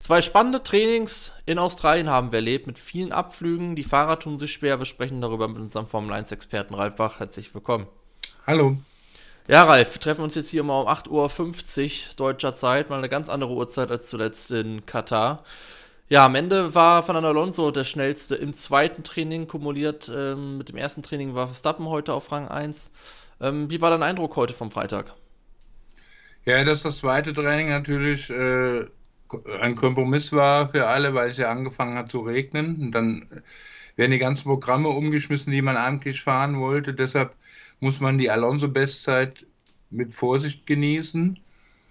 2 spannende Trainings in Australien haben wir erlebt, mit vielen Abflügen. Die Fahrer tun sich schwer. Wir sprechen darüber mit unserem Formel-1-Experten Ralf Bach. Herzlich willkommen. Hallo. Ja, Ralf, wir treffen uns jetzt hier mal um 8:50 Uhr deutscher Zeit, mal eine ganz andere Uhrzeit als zuletzt in Katar. Ja, am Ende war Fernando Alonso der schnellste im zweiten Training, kumuliert. Mit dem ersten Training war Verstappen heute auf Rang 1. Wie war dein Eindruck heute vom Freitag? Ja, dass das zweite Training natürlich ein Kompromiss war für alle, weil es ja angefangen hat zu regnen. Und dann werden die ganzen Programme umgeschmissen, die man eigentlich fahren wollte. Deshalb muss man die Alonso-Bestzeit mit Vorsicht genießen.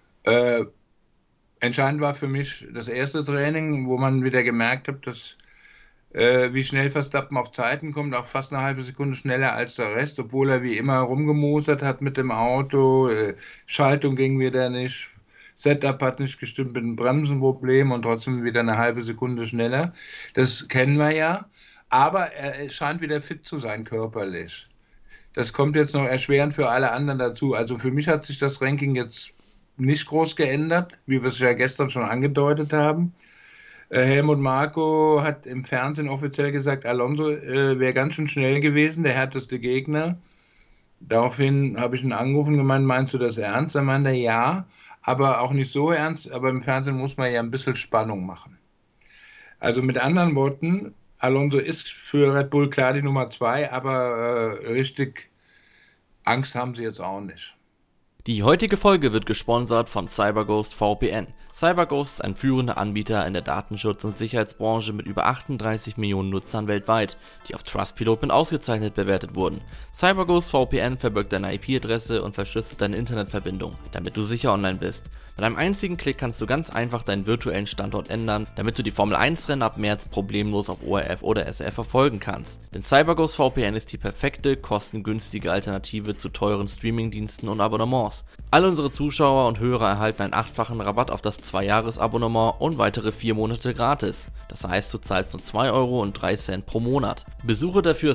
Entscheidend war für mich das erste Training, wo man wieder gemerkt hat, dass wie schnell Verstappen auf Zeiten kommt, auch fast eine halbe Sekunde schneller als der Rest, obwohl er wie immer rumgemosert hat mit dem Auto. Schaltung ging wieder nicht, Setup hat nicht gestimmt mit dem Bremsenproblem und trotzdem wieder eine halbe Sekunde schneller. Das kennen wir ja, aber er scheint wieder fit zu sein körperlich. Das kommt jetzt noch erschwerend für alle anderen dazu. Also für mich hat sich das Ranking jetzt nicht groß geändert, wie wir es ja gestern schon angedeutet haben. Helmut Marko hat im Fernsehen offiziell gesagt, Alonso wäre ganz schön schnell gewesen, der härteste Gegner. Daraufhin habe ich ihn angerufen und gemeint, meinst du das ernst? Da meinte er, ja, aber auch nicht so ernst, aber im Fernsehen muss man ja ein bisschen Spannung machen. Also mit anderen Worten, Alonso ist für Red Bull klar die Nummer 2, aber richtig Angst haben sie jetzt auch nicht. Die heutige Folge wird gesponsert von CyberGhost VPN. CyberGhost ist ein führender Anbieter in der Datenschutz- und Sicherheitsbranche mit über 38 Millionen Nutzern weltweit, die auf Trustpilot mit ausgezeichnet bewertet wurden. CyberGhost VPN verbirgt deine IP-Adresse und verschlüsselt deine Internetverbindung, damit du sicher online bist. Mit einem einzigen Klick kannst du ganz einfach deinen virtuellen Standort ändern, damit du die Formel-1-Rennen ab März problemlos auf ORF oder SRF verfolgen kannst. Denn CyberGhost VPN ist die perfekte, kostengünstige Alternative zu teuren Streamingdiensten und Abonnements. Alle unsere Zuschauer und Hörer erhalten einen 8-fachen Rabatt auf das 2-Jahres-Abonnement und weitere 4 Monate gratis. Das heißt, du zahlst nur 2,03 € pro Monat. Besuche dafür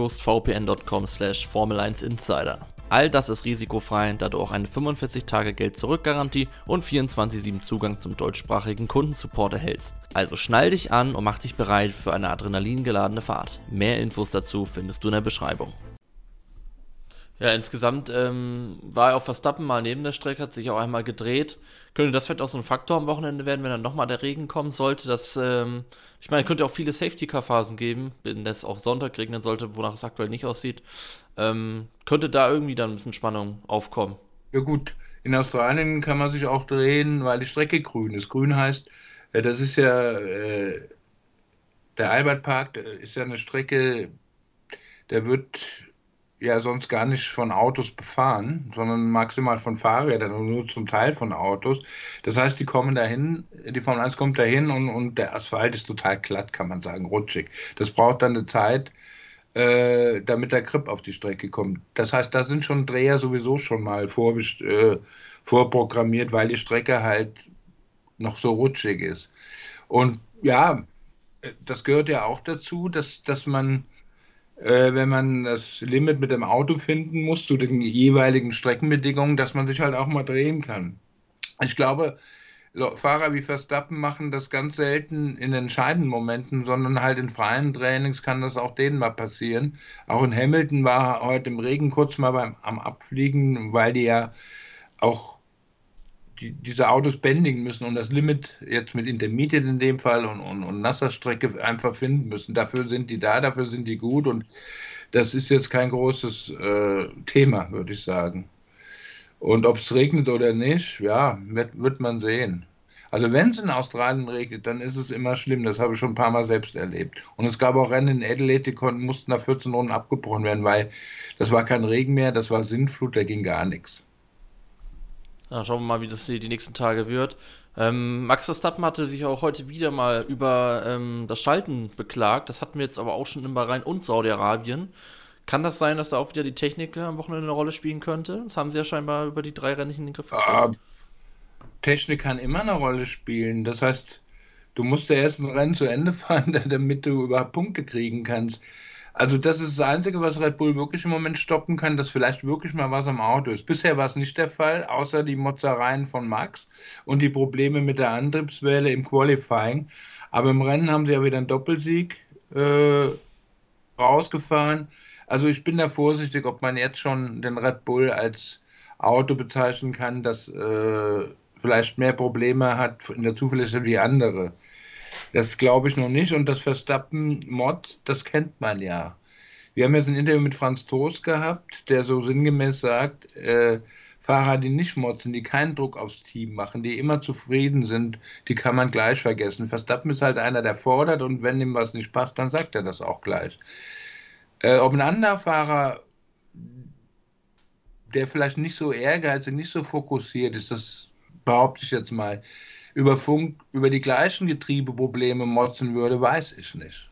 cyberghostvpn.com/Formel1Insider. All das ist risikofrei, da du auch eine 45-Tage-Geld-Zurück-Garantie und 24/7 Zugang zum deutschsprachigen Kundensupport erhältst. Also schnall dich an und mach dich bereit für eine adrenalingeladene Fahrt. Mehr Infos dazu findest du in der Beschreibung. Ja, insgesamt war er auf Verstappen mal neben der Strecke, hat sich auch einmal gedreht. Könnte das vielleicht auch so ein Faktor am Wochenende werden, wenn dann nochmal der Regen kommen sollte? Ich meine, könnte auch viele Safety-Car-Phasen geben, wenn es auch Sonntag regnen sollte, wonach es aktuell nicht aussieht. Könnte da irgendwie dann ein bisschen Spannung aufkommen. Ja gut, in Australien kann man sich auch drehen, weil die Strecke grün ist. Grün heißt, das ist ja, der Albert Park ist ja eine Strecke, der wird ja sonst gar nicht von Autos befahren, sondern maximal von Fahrrädern und nur zum Teil von Autos. Das heißt, die kommen dahin, die Formel 1 kommt dahin und der Asphalt ist total glatt, kann man sagen, rutschig. Das braucht dann eine Zeit, damit der Grip auf die Strecke kommt. Das heißt, da sind schon Dreher sowieso schon mal vorprogrammiert, weil die Strecke halt noch so rutschig ist. Und ja, das gehört ja auch dazu, dass man wenn man das Limit mit dem Auto finden muss zu den jeweiligen Streckenbedingungen, dass man sich halt auch mal drehen kann. Ich glaube, Fahrer wie Verstappen machen das ganz selten in entscheidenden Momenten, sondern halt in freien Trainings kann das auch denen mal passieren. Auch in Hamilton war heute im Regen kurz mal am Abfliegen, weil die ja auch diese Autos bändigen müssen und das Limit jetzt mit Intermediate in dem Fall und nasser Strecke einfach finden müssen. Dafür sind die da, dafür sind die gut und das ist jetzt kein großes Thema, würde ich sagen. Und ob es regnet oder nicht, ja, wird man sehen. Also wenn es in Australien regnet, dann ist es immer schlimm. Das habe ich schon ein paar Mal selbst erlebt. Und es gab auch Rennen in Adelaide, die mussten nach 14 Runden abgebrochen werden, weil das war kein Regen mehr, das war Sintflut, da ging gar nichts. Ja, schauen wir mal, wie das die nächsten Tage wird. Max Verstappen hatte sich auch heute wieder mal über das Schalten beklagt. Das hatten wir jetzt aber auch schon in Bahrain und Saudi-Arabien. Kann das sein, dass da auch wieder die Technik am Wochenende eine Rolle spielen könnte? Das haben sie ja scheinbar über die 3 Rennen nicht in den Griff gekriegt. Technik kann immer eine Rolle spielen. Das heißt, du musst ja erst ein Rennen zu Ende fahren, damit du überhaupt Punkte kriegen kannst. Also das ist das Einzige, was Red Bull wirklich im Moment stoppen kann, dass vielleicht wirklich mal was am Auto ist. Bisher war es nicht der Fall, außer die Motzereien von Max und die Probleme mit der Antriebswelle im Qualifying. Aber im Rennen haben sie ja wieder einen Doppelsieg rausgefahren. Also ich bin da vorsichtig, ob man jetzt schon den Red Bull als Auto bezeichnen kann, das vielleicht mehr Probleme hat in der Zuverlässigkeit wie andere. Das glaube ich noch nicht. Und das Verstappen-Mod, das kennt man ja. Wir haben jetzt ein Interview mit Franz Toast gehabt, der so sinngemäß sagt, Fahrer, die nicht motzen, die keinen Druck aufs Team machen, die immer zufrieden sind, die kann man gleich vergessen. Verstappen ist halt einer, der fordert und wenn ihm was nicht passt, dann sagt er das auch gleich. Ob ein anderer Fahrer, der vielleicht nicht so ehrgeizig, nicht so fokussiert ist, das behaupte ich jetzt mal, über Funk, über die gleichen Getriebeprobleme motzen würde, weiß ich nicht.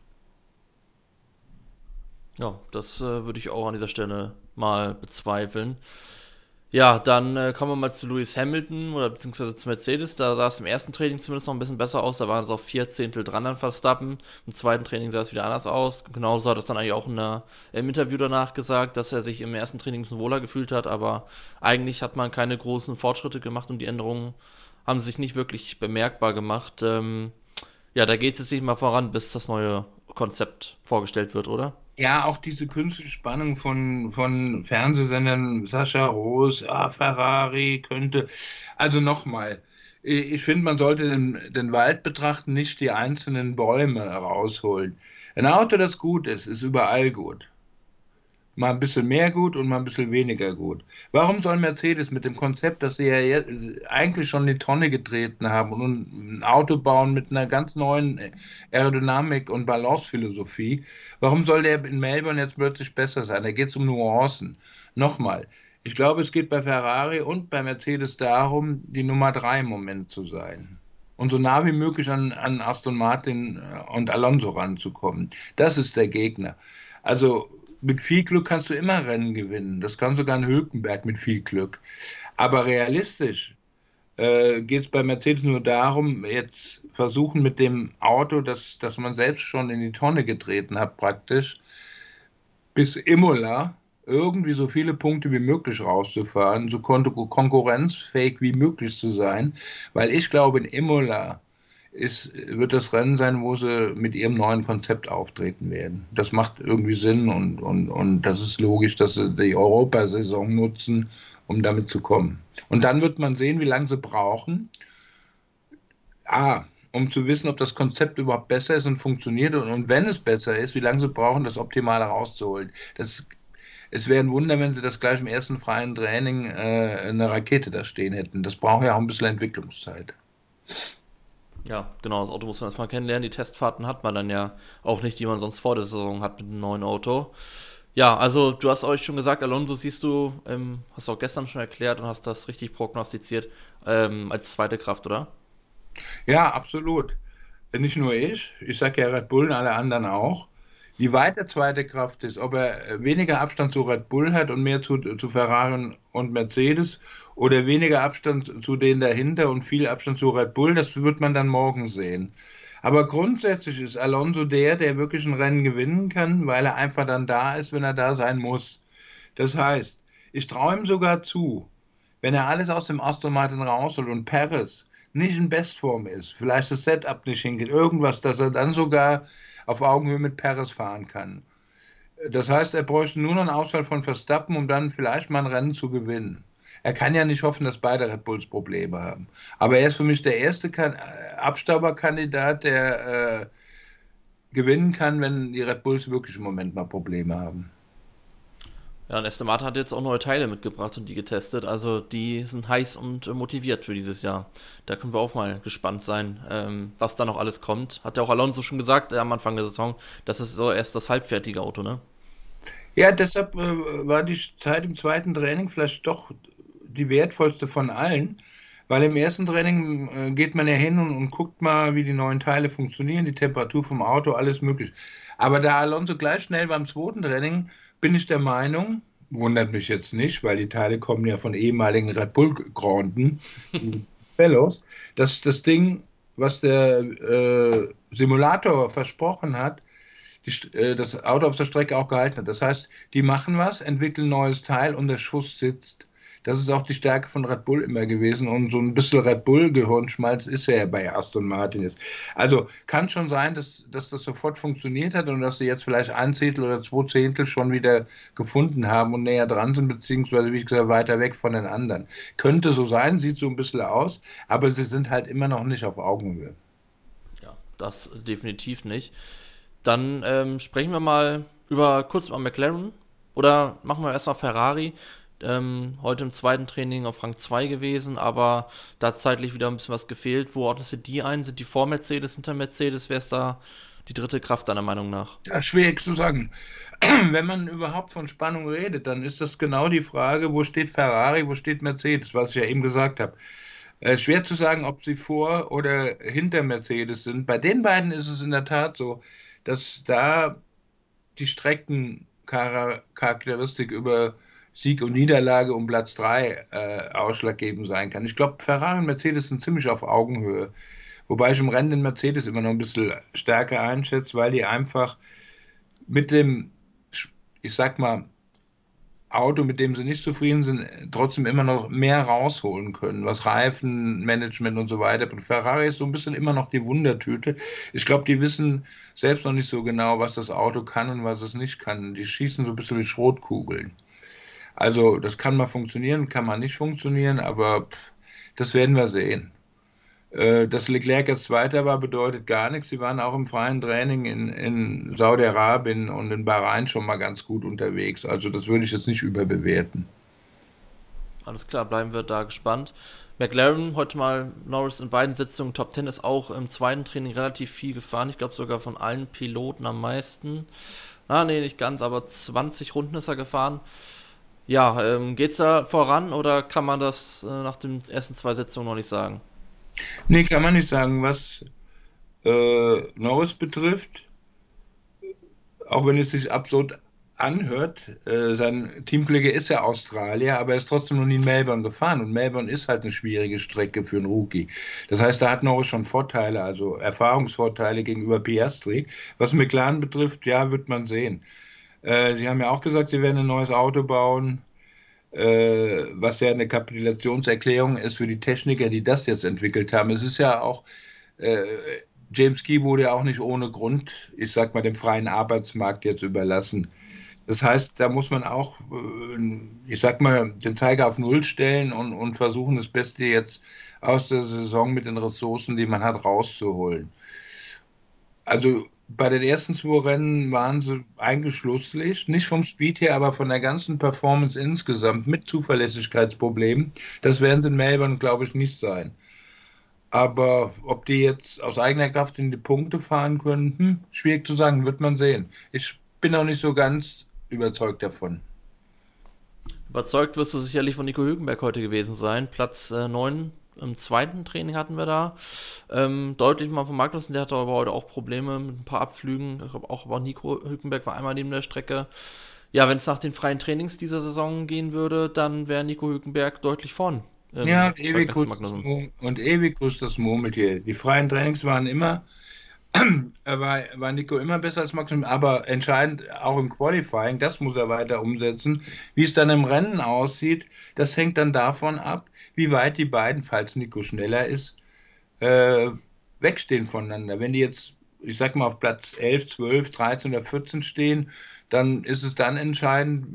Ja, das würde ich auch an dieser Stelle mal bezweifeln. Ja, dann kommen wir mal zu Lewis Hamilton oder beziehungsweise zu Mercedes. Da sah es im ersten Training zumindest noch ein bisschen besser aus. Da waren es auch 4 Zehntel dran an Verstappen. Im zweiten Training sah es wieder anders aus. Genauso hat es dann eigentlich auch im Interview danach gesagt, dass er sich im ersten Training ein bisschen wohler gefühlt hat. Aber eigentlich hat man keine großen Fortschritte gemacht und die Änderungen haben sich nicht wirklich bemerkbar gemacht. Ja, da geht es jetzt nicht mal voran, bis das neue Konzept vorgestellt wird, oder? Ja, auch diese künstliche Spannung von Fernsehsendern, Sascha Roos, Ferrari könnte. Also nochmal, ich finde, man sollte den Wald betrachten, nicht die einzelnen Bäume rausholen. Ein Auto, das gut ist überall gut. Mal ein bisschen mehr gut und mal ein bisschen weniger gut. Warum soll Mercedes mit dem Konzept, das sie ja eigentlich schon in die Tonne getreten haben und ein Auto bauen mit einer ganz neuen Aerodynamik und Balancephilosophie, warum soll der in Melbourne jetzt plötzlich besser sein? Da geht es um Nuancen. Nochmal, ich glaube, es geht bei Ferrari und bei Mercedes darum, die Nummer 3 im Moment zu sein. Und so nah wie möglich an Aston Martin und Alonso ranzukommen. Das ist der Gegner. Also mit viel Glück kannst du immer Rennen gewinnen. Das kann sogar ein Hülkenberg mit viel Glück. Aber realistisch geht es bei Mercedes nur darum, jetzt versuchen mit dem Auto, das man selbst schon in die Tonne getreten hat, praktisch, bis Imola irgendwie so viele Punkte wie möglich rauszufahren, so konkurrenzfähig wie möglich zu sein. Weil ich glaube, in Imola wird das Rennen sein, wo sie mit ihrem neuen Konzept auftreten werden. Das macht irgendwie Sinn und das ist logisch, dass sie die Europasaison nutzen, um damit zu kommen. Und dann wird man sehen, wie lange sie brauchen, um zu wissen, ob das Konzept überhaupt besser ist und funktioniert und wenn es besser ist, wie lange sie brauchen, das Optimale rauszuholen. Es wäre ein Wunder, wenn sie das gleich im ersten freien Training eine Rakete da stehen hätten. Das braucht ja auch ein bisschen Entwicklungszeit. Ja, genau, das Auto muss man erstmal kennenlernen. Die Testfahrten hat man dann ja auch nicht, die man sonst vor der Saison hat mit einem neuen Auto. Ja, also du hast euch schon gesagt, Alonso siehst du, hast du auch gestern schon erklärt und hast das richtig prognostiziert, als zweite Kraft, oder? Ja, absolut. Nicht nur ich sage ja Red Bull und alle anderen auch. Wie weit der zweite Kraft ist, ob er weniger Abstand zu Red Bull hat und mehr zu Ferrari und Mercedes oder weniger Abstand zu denen dahinter und viel Abstand zu Red Bull, das wird man dann morgen sehen. Aber grundsätzlich ist Alonso der wirklich ein Rennen gewinnen kann, weil er einfach dann da ist, wenn er da sein muss. Das heißt, ich traue ihm sogar zu, wenn er alles aus dem Aston Martin rausholt und Perez nicht in Bestform ist, vielleicht das Setup nicht hingeht, irgendwas, dass er dann sogar auf Augenhöhe mit Perez fahren kann. Das heißt, er bräuchte nur noch einen Ausfall von Verstappen, um dann vielleicht mal ein Rennen zu gewinnen. Er kann ja nicht hoffen, dass beide Red Bulls Probleme haben. Aber er ist für mich der erste Abstauberkandidat, der gewinnen kann, wenn die Red Bulls wirklich im Moment mal Probleme haben. Ja, und Aston Martin hat jetzt auch neue Teile mitgebracht und die getestet. Also die sind heiß und motiviert für dieses Jahr. Da können wir auch mal gespannt sein, was da noch alles kommt. Hat ja auch Alonso schon gesagt am Anfang der Saison, das ist so erst das halbfertige Auto, ne? Ja, deshalb war die Zeit im zweiten Training vielleicht doch die wertvollste von allen, weil im ersten Training geht man ja hin und guckt mal, wie die neuen Teile funktionieren, die Temperatur vom Auto, alles möglich. Aber da Alonso gleich schnell beim zweiten Training, bin ich der Meinung, wundert mich jetzt nicht, weil die Teile kommen ja von ehemaligen Red Bull-Granden, Fellows, dass das Ding, was der Simulator versprochen hat, das Auto auf der Strecke auch gehalten hat. Das heißt, die machen was, entwickeln ein neues Teil und der Schuss sitzt. Das ist auch die Stärke von Red Bull immer gewesen. Und so ein bisschen Red Bull-Gehirnschmalz ist ja bei Aston Martin jetzt. Also kann schon sein, dass das sofort funktioniert hat und dass sie jetzt vielleicht ein Zehntel oder zwei Zehntel schon wieder gefunden haben und näher dran sind, beziehungsweise, wie ich gesagt, weiter weg von den anderen. Könnte so sein, sieht so ein bisschen aus, aber sie sind halt immer noch nicht auf Augenhöhe. Ja, das definitiv nicht. Dann sprechen wir mal kurz über McLaren. Oder machen wir erstmal Ferrari. Heute im zweiten Training auf Rang 2 gewesen, aber da hat zeitlich wieder ein bisschen was gefehlt. Wo ordnest du die ein? Sind die vor Mercedes, hinter Mercedes? Wer ist da die dritte Kraft deiner Meinung nach? Ja, schwierig zu sagen. Wenn man überhaupt von Spannung redet, dann ist das genau die Frage, wo steht Ferrari, wo steht Mercedes, was ich ja eben gesagt habe. Schwer zu sagen, ob sie vor oder hinter Mercedes sind. Bei den beiden ist es in der Tat so, dass da die Streckencharakteristik über Sieg und Niederlage um Platz 3 ausschlaggebend sein kann. Ich glaube, Ferrari und Mercedes sind ziemlich auf Augenhöhe. Wobei ich im Rennen den Mercedes immer noch ein bisschen stärker einschätze, weil die einfach mit dem, ich sag mal, Auto, mit dem sie nicht zufrieden sind, trotzdem immer noch mehr rausholen können, was Reifenmanagement und so weiter. Und Ferrari ist so ein bisschen immer noch die Wundertüte. Ich glaube, die wissen selbst noch nicht so genau, was das Auto kann und was es nicht kann. Die schießen so ein bisschen wie Schrotkugeln. Also das kann mal funktionieren, kann mal nicht funktionieren, aber das werden wir sehen. Dass Leclerc jetzt Zweiter war, bedeutet gar nichts. Sie waren auch im freien Training in Saudi-Arabien und in Bahrain schon mal ganz gut unterwegs. Also das würde ich jetzt nicht überbewerten. Alles klar, bleiben wir da gespannt. McLaren, heute mal Norris in beiden Sitzungen Top 10, ist auch im zweiten Training relativ viel gefahren. Ich glaube sogar von allen Piloten am meisten. Nee, nicht ganz, aber 20 Runden ist er gefahren. Ja, geht's da voran oder kann man das nach den ersten 2 Sitzungen noch nicht sagen? Nee, kann man nicht sagen. Was Norris betrifft, auch wenn es sich absurd anhört, sein Teamkollege ist ja Australier, aber er ist trotzdem noch nie in Melbourne gefahren. Und Melbourne ist halt eine schwierige Strecke für einen Rookie. Das heißt, da hat Norris schon Vorteile, also Erfahrungsvorteile gegenüber Piastri. Was McLaren betrifft, ja, wird man sehen. Sie haben ja auch gesagt, sie werden ein neues Auto bauen, was ja eine Kapitulationserklärung ist für die Techniker, die das jetzt entwickelt haben. Es ist ja auch, äh, James Key wurde ja auch nicht ohne Grund, ich sag mal, dem freien Arbeitsmarkt jetzt überlassen. Das heißt, da muss man auch, ich sag mal, den Zeiger auf Null stellen und versuchen, das Beste jetzt aus der Saison mit den Ressourcen, die man hat, rauszuholen. Also bei den ersten 2 Rennen waren sie eigentlich Schlusslicht, nicht vom Speed her, aber von der ganzen Performance insgesamt mit Zuverlässigkeitsproblemen. Das werden sie in Melbourne, glaube ich, nicht sein. Aber ob die jetzt aus eigener Kraft in die Punkte fahren können, schwierig zu sagen, wird man sehen. Ich bin auch nicht so ganz überzeugt davon. Überzeugt wirst du sicherlich von Nico Hülkenberg heute gewesen sein. Platz 9 im zweiten Training hatten wir da. Deutlich mal von Magnussen, der hatte aber heute auch Probleme mit ein paar Abflügen. Ich glaube auch, aber Nico Hülkenberg war einmal neben der Strecke. Ja, wenn es nach den freien Trainings dieser Saison gehen würde, dann wäre Nico Hülkenberg deutlich vorn. Ja, und ewig grüßt das Murmeltier. Die freien Trainings waren immer, war Nico immer besser als Max, aber entscheidend auch im Qualifying, das muss er weiter umsetzen. Wie es dann im Rennen aussieht, das hängt dann davon ab, wie weit die beiden, falls Nico schneller ist, äh, wegstehen voneinander. Wenn die jetzt, ich sag mal, auf Platz 11, 12, 13 oder 14 stehen, dann ist es dann entscheidend,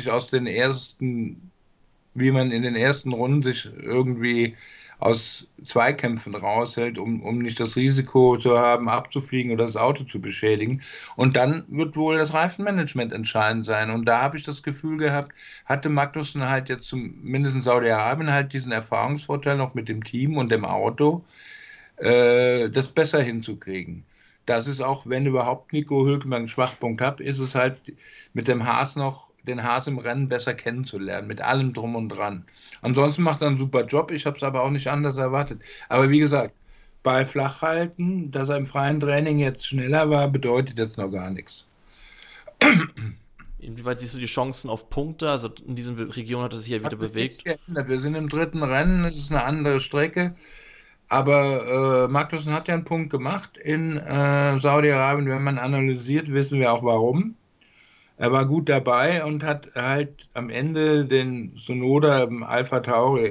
wie man in den ersten Runden sich irgendwie aus Zweikämpfen raushält, um nicht das Risiko zu haben, abzufliegen oder das Auto zu beschädigen. Und dann wird wohl das Reifenmanagement entscheidend sein. Und da habe ich das Gefühl gehabt, hatte Magnussen halt jetzt zumindest in Saudi-Arabien halt diesen Erfahrungsvorteil noch mit dem Team und dem Auto, das besser hinzukriegen. Das ist auch, wenn überhaupt Nico Hülkenberg einen Schwachpunkt hat, ist es halt mit dem Haas noch den Haas im Rennen besser kennenzulernen, mit allem drum und dran. Ansonsten macht er einen super Job, ich habe es aber auch nicht anders erwartet. Aber wie gesagt, Ball flach halten, dass er im freien Training jetzt schneller war, bedeutet jetzt noch gar nichts. Inwieweit siehst du die Chancen auf Punkte? Also in dieser Region hat es sich ja wieder bewegt. Wir sind im dritten Rennen, es ist eine andere Strecke. Aber Magnussen hat ja einen Punkt gemacht in Saudi-Arabien. Wenn man analysiert, wissen wir auch warum. Er war gut dabei und hat halt am Ende den Tsunoda im Alpha Tauri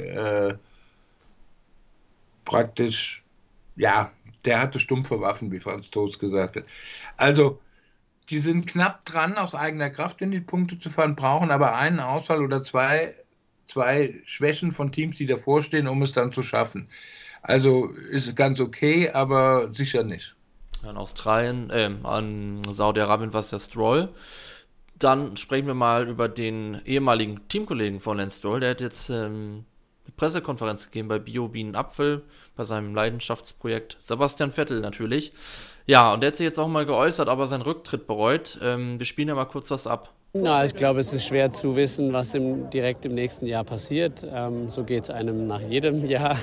praktisch, ja, der hatte stumpfe Waffen, wie Franz Toast gesagt hat. Also, die sind knapp dran, aus eigener Kraft in die Punkte zu fahren, brauchen aber einen Ausfall oder zwei Schwächen von Teams, die davor stehen, um es dann zu schaffen. Also ist ganz okay, aber sicher nicht. In Australien, an Saudi-Arabien war es ja Stroll. Dann sprechen wir mal über den ehemaligen Teamkollegen von Lance Stroll. Der hat jetzt eine Pressekonferenz gegeben bei Bio Bienen Apfel, bei seinem Leidenschaftsprojekt. Sebastian Vettel natürlich. Ja, und der hat sich jetzt auch mal geäußert, ob er seinen Rücktritt bereut. Wir spielen ja mal kurz was ab. Na, ich glaube, es ist schwer zu wissen, was direkt im nächsten Jahr passiert. So geht es einem nach jedem Jahr.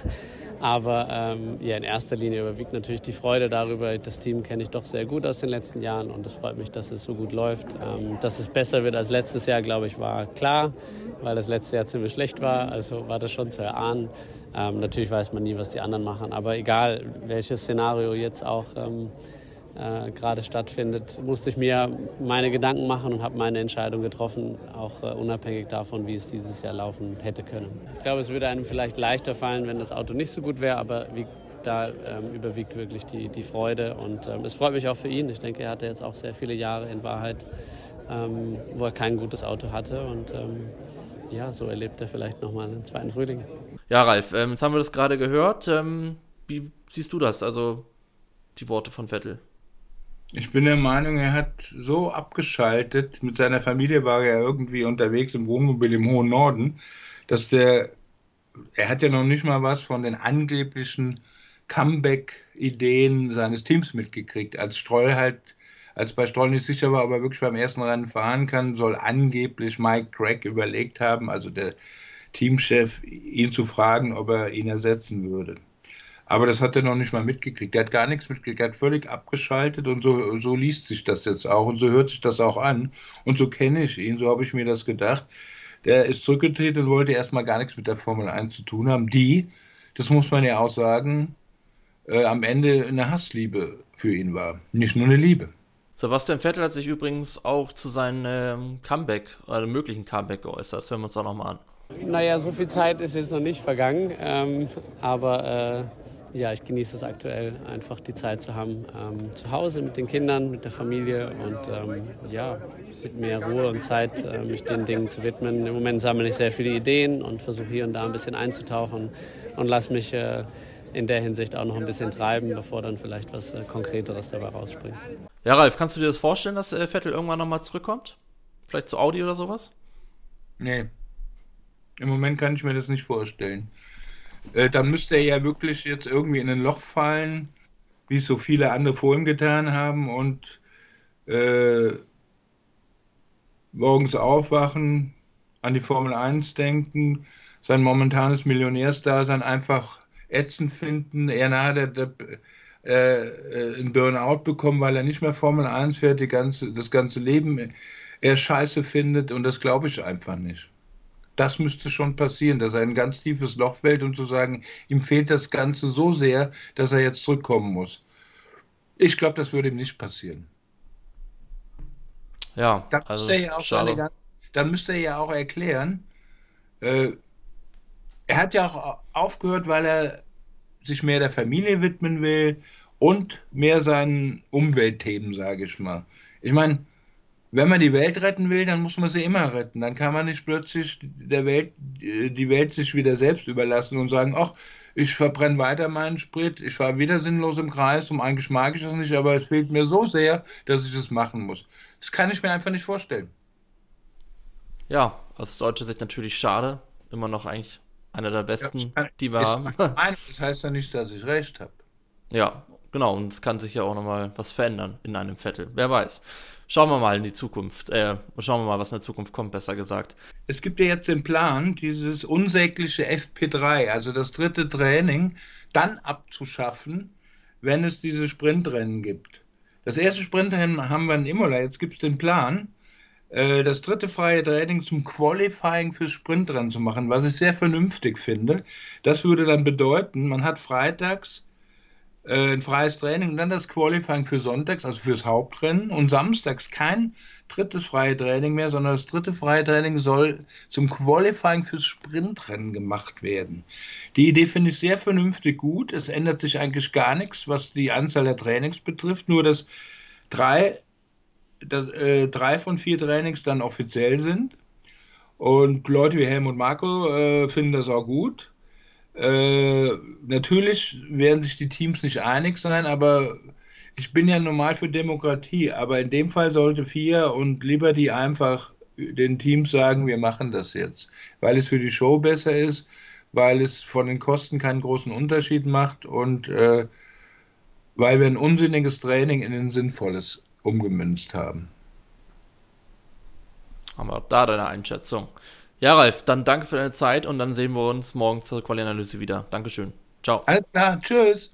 Aber ja, in erster Linie überwiegt natürlich die Freude darüber. Das Team kenne ich doch sehr gut aus den letzten Jahren und es freut mich, dass es so gut läuft. Dass es besser wird als letztes Jahr, glaube ich, war klar, weil das letzte Jahr ziemlich schlecht war. Also war das schon zu erahnen. Natürlich weiß man nie, was die anderen machen. Aber egal, welches Szenario jetzt auch gerade stattfindet, musste ich mir meine Gedanken machen und habe meine Entscheidung getroffen, auch unabhängig davon, wie es dieses Jahr laufen hätte können. Ich glaube, es würde einem vielleicht leichter fallen, wenn das Auto nicht so gut wäre, aber da überwiegt wirklich die Freude und es freut mich auch für ihn. Ich denke, er hatte jetzt auch sehr viele Jahre in Wahrheit, wo er kein gutes Auto hatte und ja, so erlebt er vielleicht nochmal einen zweiten Frühling. Ja, Ralf, jetzt haben wir das gerade gehört. Wie siehst du das, also die Worte von Vettel? Ich bin der Meinung, er hat so abgeschaltet, mit seiner Familie war er irgendwie unterwegs im Wohnmobil im hohen Norden, dass er hat ja noch nicht mal was von den angeblichen Comeback-Ideen seines Teams mitgekriegt. Als bei Stroll nicht sicher war, ob er wirklich beim ersten Rennen fahren kann, soll angeblich Mike Crack überlegt haben, also der Teamchef, ihn zu fragen, ob er ihn ersetzen würde. Aber das hat er noch nicht mal mitgekriegt. Er hat gar nichts mitgekriegt. Er hat völlig abgeschaltet und so liest sich das jetzt auch und so hört sich das auch an. Und so kenne ich ihn, so habe ich mir das gedacht. Der ist zurückgetreten und wollte erstmal gar nichts mit der Formel 1 zu tun haben. Das muss man ja auch sagen, am Ende eine Hassliebe für ihn war. Nicht nur eine Liebe. Sebastian Vettel hat sich übrigens auch zu seinem Comeback, oder möglichen Comeback geäußert. Das hören wir uns auch nochmal an. Naja, so viel Zeit ist jetzt noch nicht vergangen, aber ja, ich genieße es aktuell, einfach die Zeit zu haben, zu Hause mit den Kindern, mit der Familie und ja, mit mehr Ruhe und Zeit, mich den Dingen zu widmen. Im Moment sammle ich sehr viele Ideen und versuche hier und da ein bisschen einzutauchen und lasse mich in der Hinsicht auch noch ein bisschen treiben, bevor dann vielleicht was Konkreteres dabei rausspringt. Ja, Ralf, kannst du dir das vorstellen, dass Vettel irgendwann nochmal zurückkommt? Vielleicht zu Audi oder sowas? Nee, im Moment kann ich mir das nicht vorstellen. Dann müsste er ja wirklich jetzt irgendwie in ein Loch fallen, wie es so viele andere vor ihm getan haben und morgens aufwachen, an die Formel 1 denken, sein momentanes Millionärsdasein einfach ätzend finden, er nahe ein Burnout bekommen, weil er nicht mehr Formel 1 fährt, das ganze Leben er scheiße findet und das glaube ich einfach nicht. Das müsste schon passieren, dass er in ein ganz tiefes Loch fällt und zu sagen, ihm fehlt das Ganze so sehr, dass er jetzt zurückkommen muss. Ich glaube, das würde ihm nicht passieren. Ja, Dann also müsste er ja auch schade. dann müsste er ja auch erklären, er hat ja auch aufgehört, weil er sich mehr der Familie widmen will und mehr seinen Umweltthemen, sage ich mal. Ich meine, wenn man die Welt retten will, dann muss man sie immer retten. Dann kann man nicht plötzlich die Welt sich wieder selbst überlassen und sagen, ach, ich verbrenne weiter meinen Sprit, ich fahre wieder sinnlos im Kreis und eigentlich mag ich das nicht, aber es fehlt mir so sehr, dass ich es machen muss. Das kann ich mir einfach nicht vorstellen. Ja, aus deutscher Sicht natürlich schade. Immer noch eigentlich einer der Ja, besten, die wir haben. das heißt ja nicht, dass ich recht habe. Ja, genau. Und es kann sich ja auch nochmal was verändern in einem Vettel. Wer weiß. Schauen wir mal in die Zukunft. Schauen wir mal, was in der Zukunft kommt, besser gesagt. Es gibt ja jetzt den Plan, dieses unsägliche FP3, also das dritte Training, dann abzuschaffen, wenn es diese Sprintrennen gibt. Das erste Sprintrennen haben wir in Imola, jetzt gibt es den Plan, das dritte freie Training zum Qualifying fürs Sprintrennen zu machen, was ich sehr vernünftig finde. Das würde dann bedeuten, man hat freitags ein freies Training und dann das Qualifying für sonntags, also fürs Hauptrennen, und samstags kein drittes freie Training mehr, sondern das dritte freie Training soll zum Qualifying fürs Sprintrennen gemacht werden. Die Idee finde ich sehr vernünftig gut. Es ändert sich eigentlich gar nichts, was die Anzahl der Trainings betrifft, nur dass drei von 4 Trainings dann offiziell sind. Und Leute wie Helmut Marko finden das auch gut. Natürlich werden sich die Teams nicht einig sein, aber ich bin ja normal für Demokratie. Aber in dem Fall sollte FIA und Liberty einfach den Teams sagen, wir machen das jetzt, weil es für die Show besser ist, weil es von den Kosten keinen großen Unterschied macht und weil wir ein unsinniges Training in ein sinnvolles umgemünzt haben. Haben wir da deine Einschätzung. Ja, Ralf, dann danke für deine Zeit und dann sehen wir uns morgen zur Quali-Analyse wieder. Dankeschön. Ciao. Alles klar, tschüss.